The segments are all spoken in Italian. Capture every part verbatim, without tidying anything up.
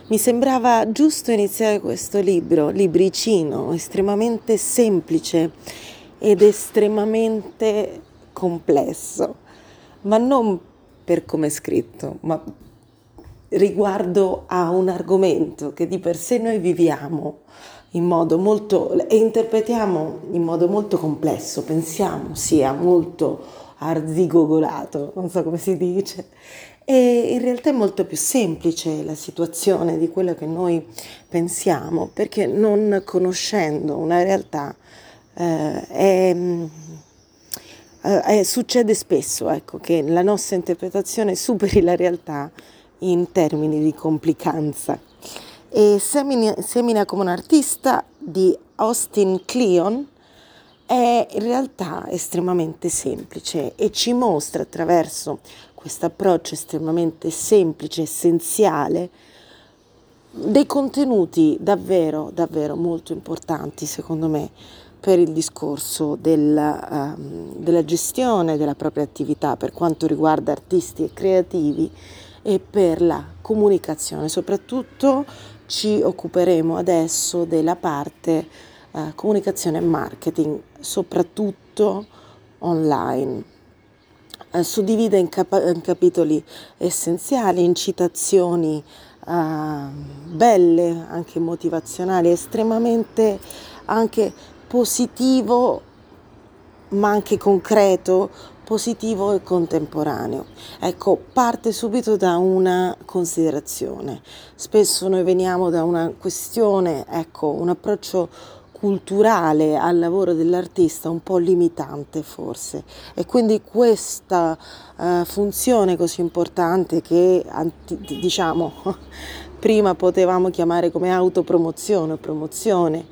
Mi sembrava giusto iniziare questo libro, libricino, estremamente semplice ed estremamente complesso, ma non per come è scritto, ma riguardo a un argomento che di per sé noi viviamo in modo molto e interpretiamo in modo molto complesso, pensiamo sia molto arzigogolato, non so come si dice, e in realtà è molto più semplice la situazione di quello che noi pensiamo, perché non conoscendo una realtà eh, è, eh, è- succede spesso, ecco, che la nostra interpretazione superi la realtà in termini di complicanza. E Semina, Semina come un artista di Austin Kleon è in realtà estremamente semplice e ci mostra attraverso questo approccio estremamente semplice, essenziale, dei contenuti davvero, davvero molto importanti, secondo me, per il discorso della, ehm, della gestione della propria attività per quanto riguarda artisti e creativi e per la comunicazione. Soprattutto ci occuperemo adesso della parte eh, comunicazione e marketing, soprattutto online. Eh, suddivide in, capa- in capitoli essenziali, in citazioni eh, belle, anche motivazionali, estremamente anche positivo, ma anche concreto, positivo e contemporaneo. Ecco, parte subito da una considerazione. Spesso noi veniamo da una questione, ecco, un approccio culturale al lavoro dell'artista un po' limitante forse, e quindi questa eh, funzione così importante che anti- diciamo prima potevamo chiamare come autopromozione o promozione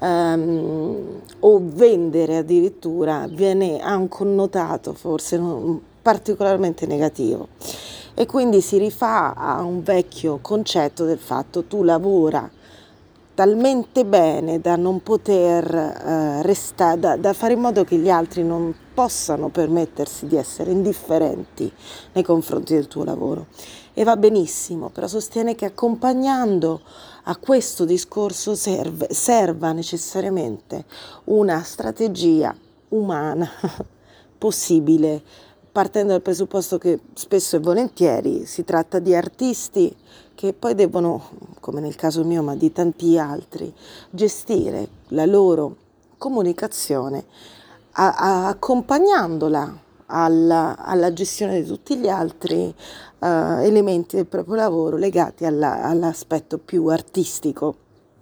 ehm, o vendere addirittura, viene, ha un connotato forse non, particolarmente negativo, e quindi si rifà a un vecchio concetto del fatto tu lavora talmente bene da non poter eh, restare, da, da fare in modo che gli altri non possano permettersi di essere indifferenti nei confronti del tuo lavoro. E va benissimo, però sostiene che accompagnando a questo discorso serve, serva necessariamente una strategia umana possibile, partendo dal presupposto che spesso e volentieri si tratta di artisti che poi devono, come nel caso mio, ma di tanti altri, gestire la loro comunicazione a, a, accompagnandola alla, alla gestione di tutti gli altri uh, elementi del proprio lavoro legati alla, all'aspetto più artistico.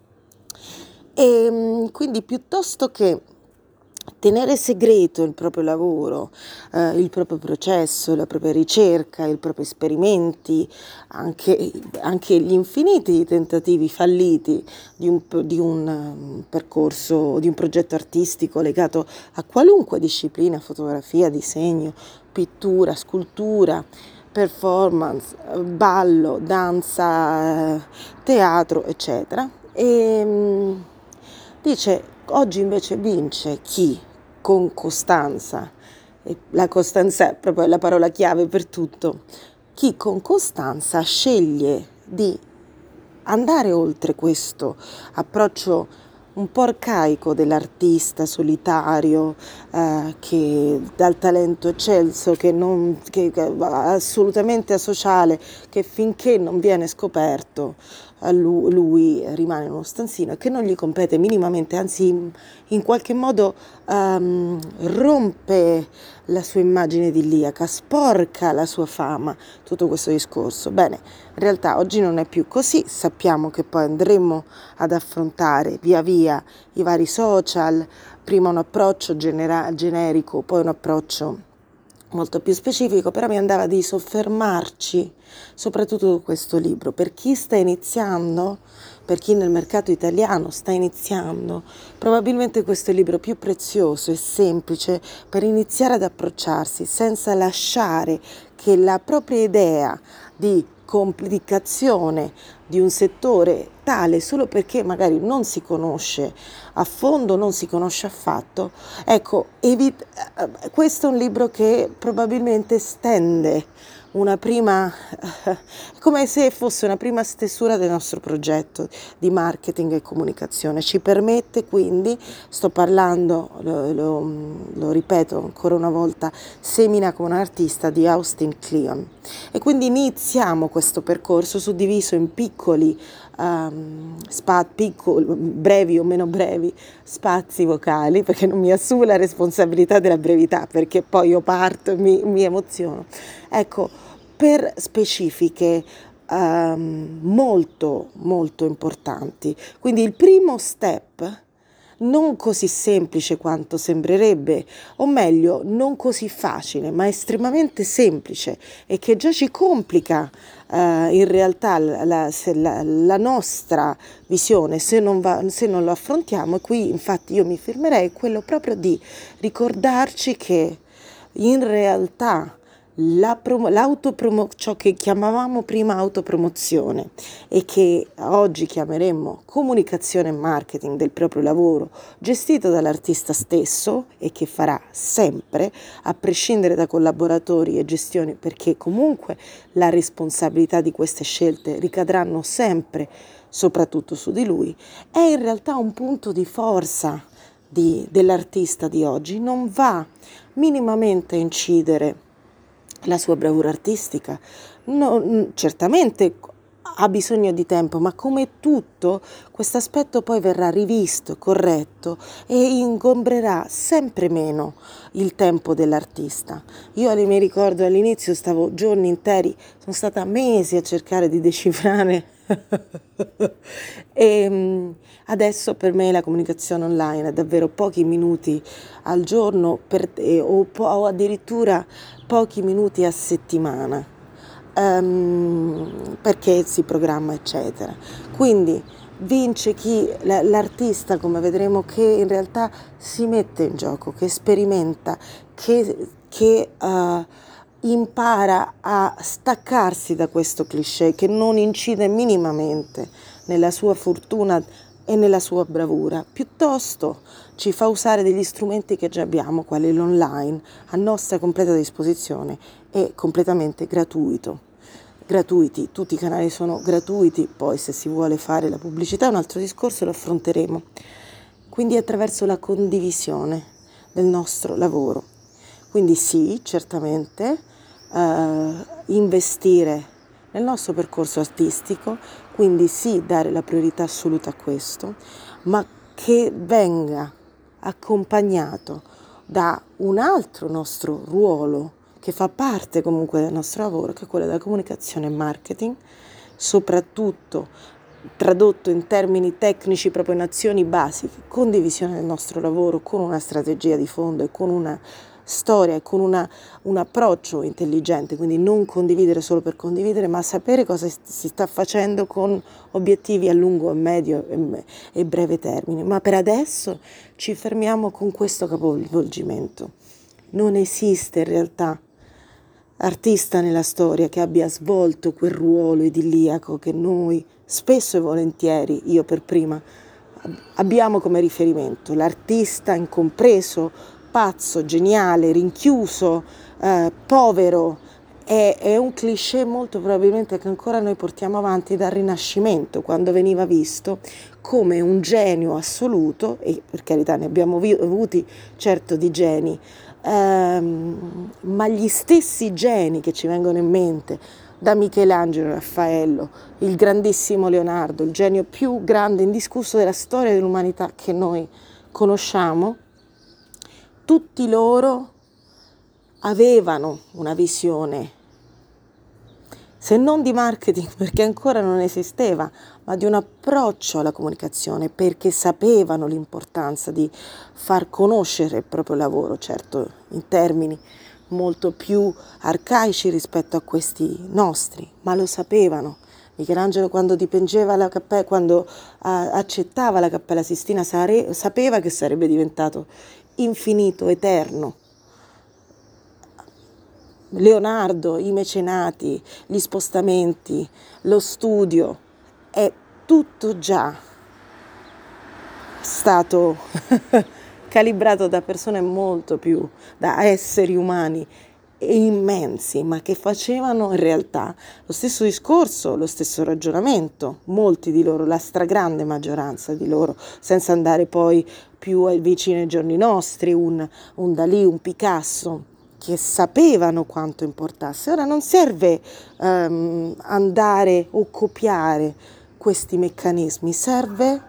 E quindi piuttosto che tenere segreto il proprio lavoro, eh, il proprio processo, la propria ricerca, i propri esperimenti, anche, anche gli infiniti tentativi falliti di un, di un um, percorso, di un progetto artistico legato a qualunque disciplina, fotografia, disegno, pittura, scultura, performance, ballo, danza, teatro, eccetera. E dice, oggi invece vince chi con costanza, e la costanza è proprio la parola chiave per tutto, chi con costanza sceglie di andare oltre questo approccio un po' arcaico dell'artista solitario eh, che dal talento eccelso, che, non, che, che assolutamente asociale, che finché non viene scoperto lui, lui rimane in uno stanzino e che non gli compete minimamente, anzi in, in qualche modo um, rompe la sua immagine idilliaca, sporca la sua fama, tutto questo discorso. Bene, in realtà oggi non è più così, sappiamo che poi andremo ad affrontare via via i vari social, prima un approccio genera- generico, poi un approccio molto più specifico, però mi andava di soffermarci soprattutto su questo libro. Per chi sta iniziando, per chi nel mercato italiano sta iniziando, probabilmente questo è il libro più prezioso e semplice per iniziare ad approcciarsi senza lasciare che la propria idea di complicazione di un settore tale solo perché magari non si conosce a fondo, non si conosce affatto. Ecco, evit- questo è un libro che probabilmente stende una prima, come se fosse una prima stesura del nostro progetto di marketing e comunicazione. Ci permette quindi, sto parlando, lo, lo, lo ripeto ancora una volta, Semina come un artista di Austin Kleon, e quindi iniziamo questo percorso suddiviso in piccoli um, spa, piccoli, brevi o meno brevi spazi vocali, perché non mi assumo la responsabilità della brevità, perché poi io parto e mi, mi emoziono. Ecco, per specifiche um, molto molto importanti. Quindi il primo step, non così semplice quanto sembrerebbe, o meglio, non così facile, ma estremamente semplice, e che già ci complica uh, in realtà la, la, la, la nostra visione se non, va, se non lo affrontiamo. E qui infatti io mi fermerei, quello proprio di ricordarci che in realtà la promo, l'autopromo, ciò che chiamavamo prima autopromozione e che oggi chiameremmo comunicazione e marketing del proprio lavoro, gestito dall'artista stesso, e che farà sempre, a prescindere da collaboratori e gestioni, perché comunque la responsabilità di queste scelte ricadranno sempre soprattutto su di lui, è in realtà un punto di forza di, dell'artista di oggi. Non va minimamente a incidere la sua bravura artistica, no, certamente ha bisogno di tempo, ma come tutto questo aspetto poi verrà rivisto, corretto, e ingombrerà sempre meno il tempo dell'artista. Io mi ricordo all'inizio stavo giorni interi, sono stata mesi a cercare di decifrare e adesso per me la comunicazione online è davvero pochi minuti al giorno per, eh, o, o addirittura pochi minuti a settimana, um, perché si programma eccetera. Quindi vince chi l'artista, come vedremo, che in realtà si mette in gioco, che sperimenta, che, che uh, impara a staccarsi da questo cliché che non incide minimamente nella sua fortuna e nella sua bravura, piuttosto ci fa usare degli strumenti che già abbiamo, quali l'online, a nostra completa disposizione e completamente gratuito. Gratuiti, tutti i canali sono gratuiti, poi se si vuole fare la pubblicità è un altro discorso, lo affronteremo. Quindi attraverso la condivisione del nostro lavoro. Quindi sì, certamente, eh, investire nel nostro percorso artistico, quindi sì, dare la priorità assoluta a questo, ma che venga accompagnato da un altro nostro ruolo che fa parte comunque del nostro lavoro, che è quello della comunicazione e marketing, soprattutto tradotto in termini tecnici, proprio in azioni basiche, condivisione del nostro lavoro con una strategia di fondo e con una storia e con una, un approccio intelligente, quindi non condividere solo per condividere, ma sapere cosa si sta facendo con obiettivi a lungo, medio e breve termine. Ma per adesso ci fermiamo con questo capovolgimento. Non esiste in realtà artista nella storia che abbia svolto quel ruolo idilliaco che noi spesso e volentieri, io per prima, abbiamo come riferimento. L'artista incompreso, pazzo, geniale, rinchiuso, eh, povero, è, è un cliché molto probabilmente che ancora noi portiamo avanti dal Rinascimento, quando veniva visto come un genio assoluto, e per carità ne abbiamo vi- avuti certo di geni, ehm, ma gli stessi geni che ci vengono in mente da Michelangelo, Raffaello, il grandissimo Leonardo, il genio più grande indiscusso della storia dell'umanità che noi conosciamo, tutti loro avevano una visione, se non di marketing, perché ancora non esisteva, ma di un approccio alla comunicazione, perché sapevano l'importanza di far conoscere il proprio lavoro, certo in termini molto più arcaici rispetto a questi nostri, ma lo sapevano. Michelangelo, quando dipingeva la cappella, quando uh, accettava la Cappella Sistina, sare- sapeva che sarebbe diventato infinito, eterno. Leonardo, i mecenati, gli spostamenti, lo studio, è tutto già stato calibrato da persone molto più, da esseri umani immensi, ma che facevano in realtà lo stesso discorso, lo stesso ragionamento, molti di loro, la stragrande maggioranza di loro, senza andare poi più ai vicini ai giorni nostri, un, un Dalì, un Picasso, che sapevano quanto importasse. Ora non serve um, andare o copiare questi meccanismi, serve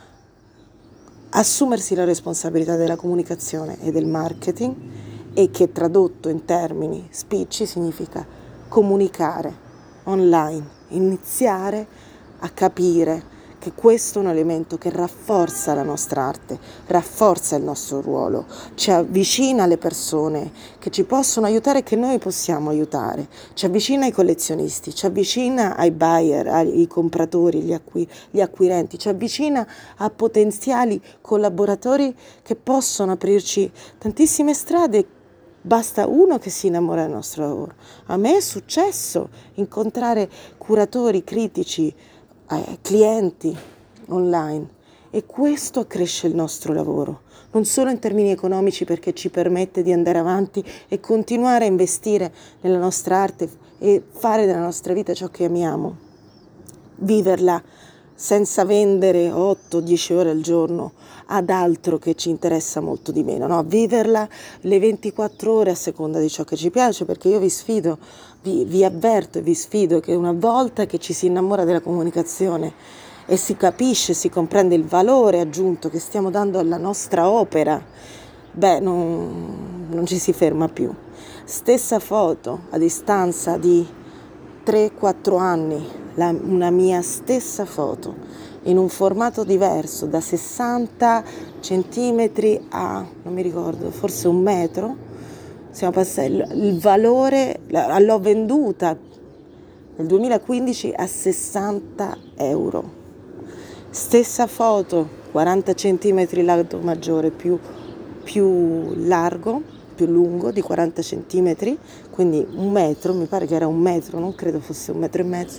assumersi la responsabilità della comunicazione e del marketing, e che tradotto in termini spicci significa comunicare online, iniziare a capire che questo è un elemento che rafforza la nostra arte, rafforza il nostro ruolo, ci avvicina alle persone che ci possono aiutare e che noi possiamo aiutare, ci avvicina ai collezionisti, ci avvicina ai buyer, ai compratori, gli, acqui, gli acquirenti, ci avvicina a potenziali collaboratori che possono aprirci tantissime strade. Basta uno che si innamora del nostro lavoro. A me è successo incontrare curatori, critici, eh, clienti online, e questo accresce il nostro lavoro, non solo in termini economici, perché ci permette di andare avanti e continuare a investire nella nostra arte e fare della nostra vita ciò che amiamo, viverla senza vendere otto dieci ore al giorno ad altro che ci interessa molto di meno, no? Viverla le ventiquattro ore a seconda di ciò che ci piace, perché io vi sfido, vi, vi avverto e vi sfido che una volta che ci si innamora della comunicazione e si capisce, si comprende il valore aggiunto che stiamo dando alla nostra opera, beh, non, non ci si ferma più. Stessa foto a distanza di tre quattro anni, la, una mia stessa foto in un formato diverso, da sessanta centimetri a, non mi ricordo, forse un metro, siamo passati, il, il valore, l'ho venduta nel duemilaquindici a sessanta euro. Stessa foto, quaranta centimetri lato maggiore, più, più largo, più lungo di quaranta centimetri, quindi un metro, mi pare che era un metro, non credo fosse un metro e mezzo,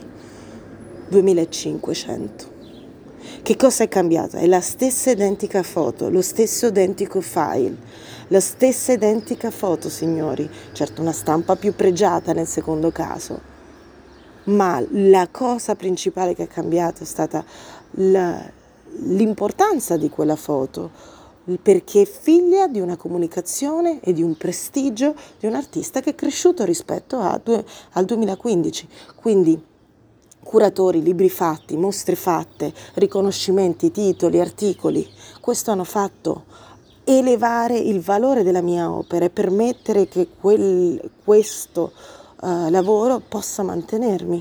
duemilacinquecento. Che cosa è cambiato? È la stessa identica foto, lo stesso identico file, la stessa identica foto, signori. Certo, una stampa più pregiata nel secondo caso, ma la cosa principale che è cambiata è stata la, l'importanza di quella foto, perché è figlia di una comunicazione e di un prestigio di un artista che è cresciuto rispetto a, al duemilaquindici. Quindi curatori, libri fatti, mostre fatte, riconoscimenti, titoli, articoli, questo hanno fatto elevare il valore della mia opera e permettere che quel, questo uh, lavoro possa mantenermi.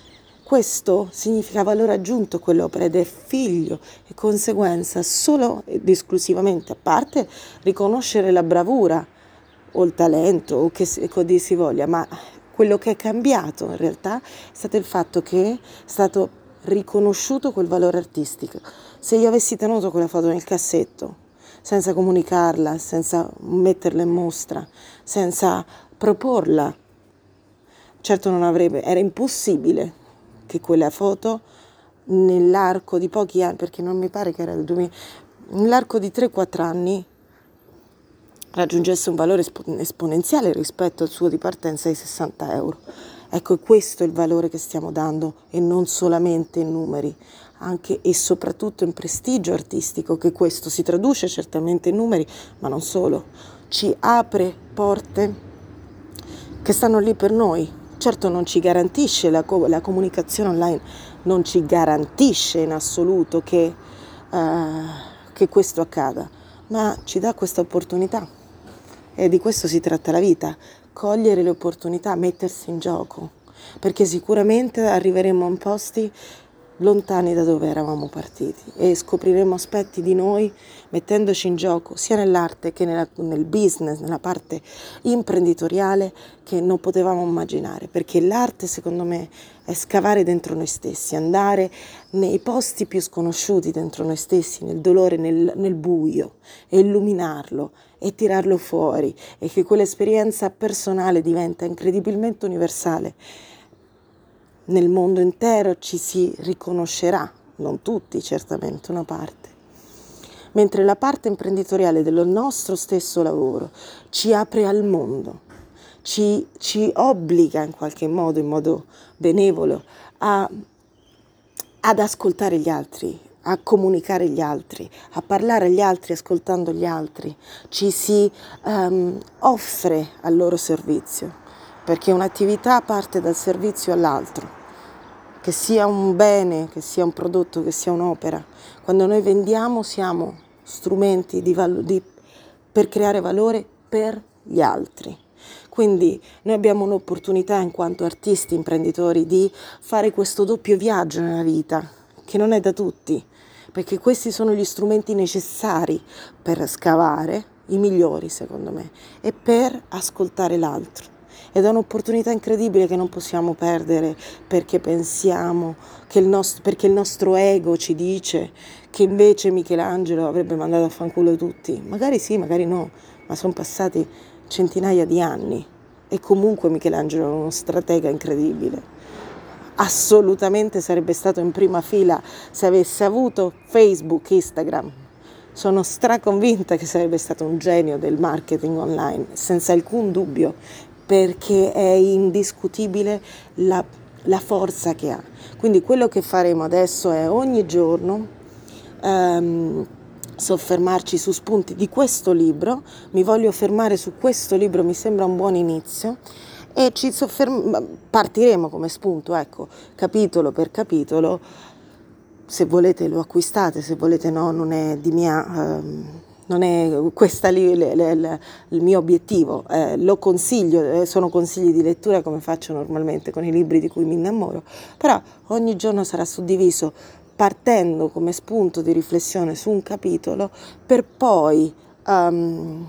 Questo significa valore aggiunto a quell'opera ed è figlio e conseguenza solo ed esclusivamente, a parte riconoscere la bravura o il talento o che così si voglia, ma quello che è cambiato in realtà è stato il fatto che è stato riconosciuto quel valore artistico. Se io avessi tenuto quella foto nel cassetto, senza comunicarla, senza metterla in mostra, senza proporla, certo non avrebbe, era impossibile che quella foto nell'arco di pochi anni, perché non mi pare che era il duemila, nell'arco di tre quattro anni raggiungesse un valore esponenziale rispetto al suo di partenza di sessanta euro. Ecco, questo è il valore che stiamo dando, e non solamente in numeri, anche e soprattutto in prestigio artistico, che questo si traduce certamente in numeri, ma non solo, ci apre porte che stanno lì per noi. Certo non ci garantisce, la, co- la comunicazione online non ci garantisce in assoluto che, uh, che questo accada, ma ci dà questa opportunità. E di questo si tratta la vita, cogliere le opportunità, mettersi in gioco, perché sicuramente arriveremo in posti lontani da dove eravamo partiti e scopriremo aspetti di noi mettendoci in gioco sia nell'arte che nella, nel business, nella parte imprenditoriale, che non potevamo immaginare, perché l'arte secondo me è scavare dentro noi stessi, andare nei posti più sconosciuti dentro noi stessi, nel dolore, nel, nel buio, e illuminarlo e tirarlo fuori, e che quell'esperienza personale diventa incredibilmente universale. Nel mondo intero ci si riconoscerà, non tutti, certamente una parte, mentre la parte imprenditoriale del nostro stesso lavoro ci apre al mondo, ci, ci obbliga in qualche modo, in modo benevolo, a, ad ascoltare gli altri, a comunicare gli altri, a parlare agli altri ascoltando gli altri, ci si um, offre al loro servizio, perché un'attività parte dal servizio all'altro, che sia un bene, che sia un prodotto, che sia un'opera. Quando noi vendiamo siamo strumenti di val- di, per creare valore per gli altri. Quindi noi abbiamo un'opportunità in quanto artisti, imprenditori, di fare questo doppio viaggio nella vita, che non è da tutti, perché questi sono gli strumenti necessari per scavare, i migliori secondo me, e per ascoltare l'altro. Ed è un'opportunità incredibile che non possiamo perdere perché pensiamo che il nostro, perché il nostro ego ci dice che invece Michelangelo avrebbe mandato a fanculo tutti. Magari sì, magari no, ma sono passati centinaia di anni e comunque Michelangelo era uno stratega incredibile. Assolutamente sarebbe stato in prima fila se avesse avuto Facebook, Instagram. Sono straconvinta che sarebbe stato un genio del marketing online, senza alcun dubbio, perché è indiscutibile la, la forza che ha. Quindi quello che faremo adesso è ogni giorno ehm, soffermarci su spunti di questo libro. Mi voglio fermare su questo libro, mi sembra un buon inizio, e ci sofferm- partiremo come spunto, ecco, capitolo per capitolo. Se volete lo acquistate, se volete no, non è di mia, ehm, non è questa lì le, le, le, il mio obiettivo, eh, lo consiglio, eh, sono consigli di lettura come faccio normalmente con i libri di cui mi innamoro, però ogni giorno sarà suddiviso partendo come spunto di riflessione su un capitolo per poi um,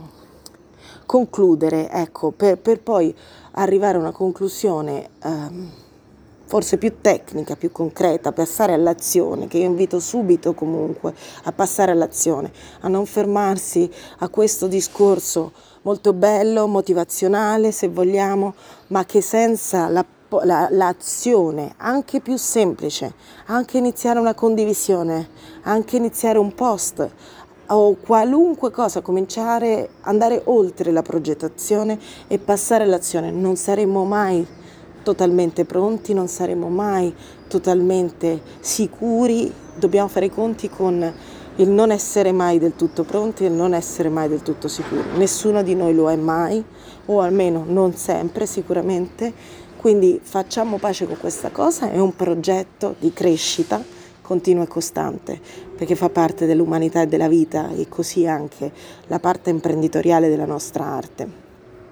concludere, ecco, per, per poi arrivare a una conclusione um, forse più tecnica, più concreta, passare all'azione, che io invito subito comunque a passare all'azione, a non fermarsi a questo discorso molto bello, motivazionale se vogliamo, ma che senza la, la, l'azione anche più semplice, anche iniziare una condivisione, anche iniziare un post o qualunque cosa, cominciare, andare oltre la progettazione e passare all'azione, non saremo mai totalmente pronti, non saremo mai totalmente sicuri, dobbiamo fare i conti con il non essere mai del tutto pronti e il non essere mai del tutto sicuri. Nessuno di noi lo è mai, o almeno non sempre sicuramente, quindi facciamo pace con questa cosa, è un progetto di crescita continua e costante, perché fa parte dell'umanità e della vita e così anche la parte imprenditoriale della nostra arte.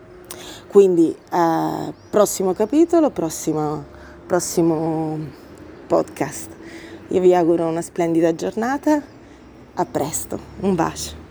Quindi eh, prossimo capitolo, prossimo, prossimo podcast. Io vi auguro una splendida giornata, a presto, un bacio.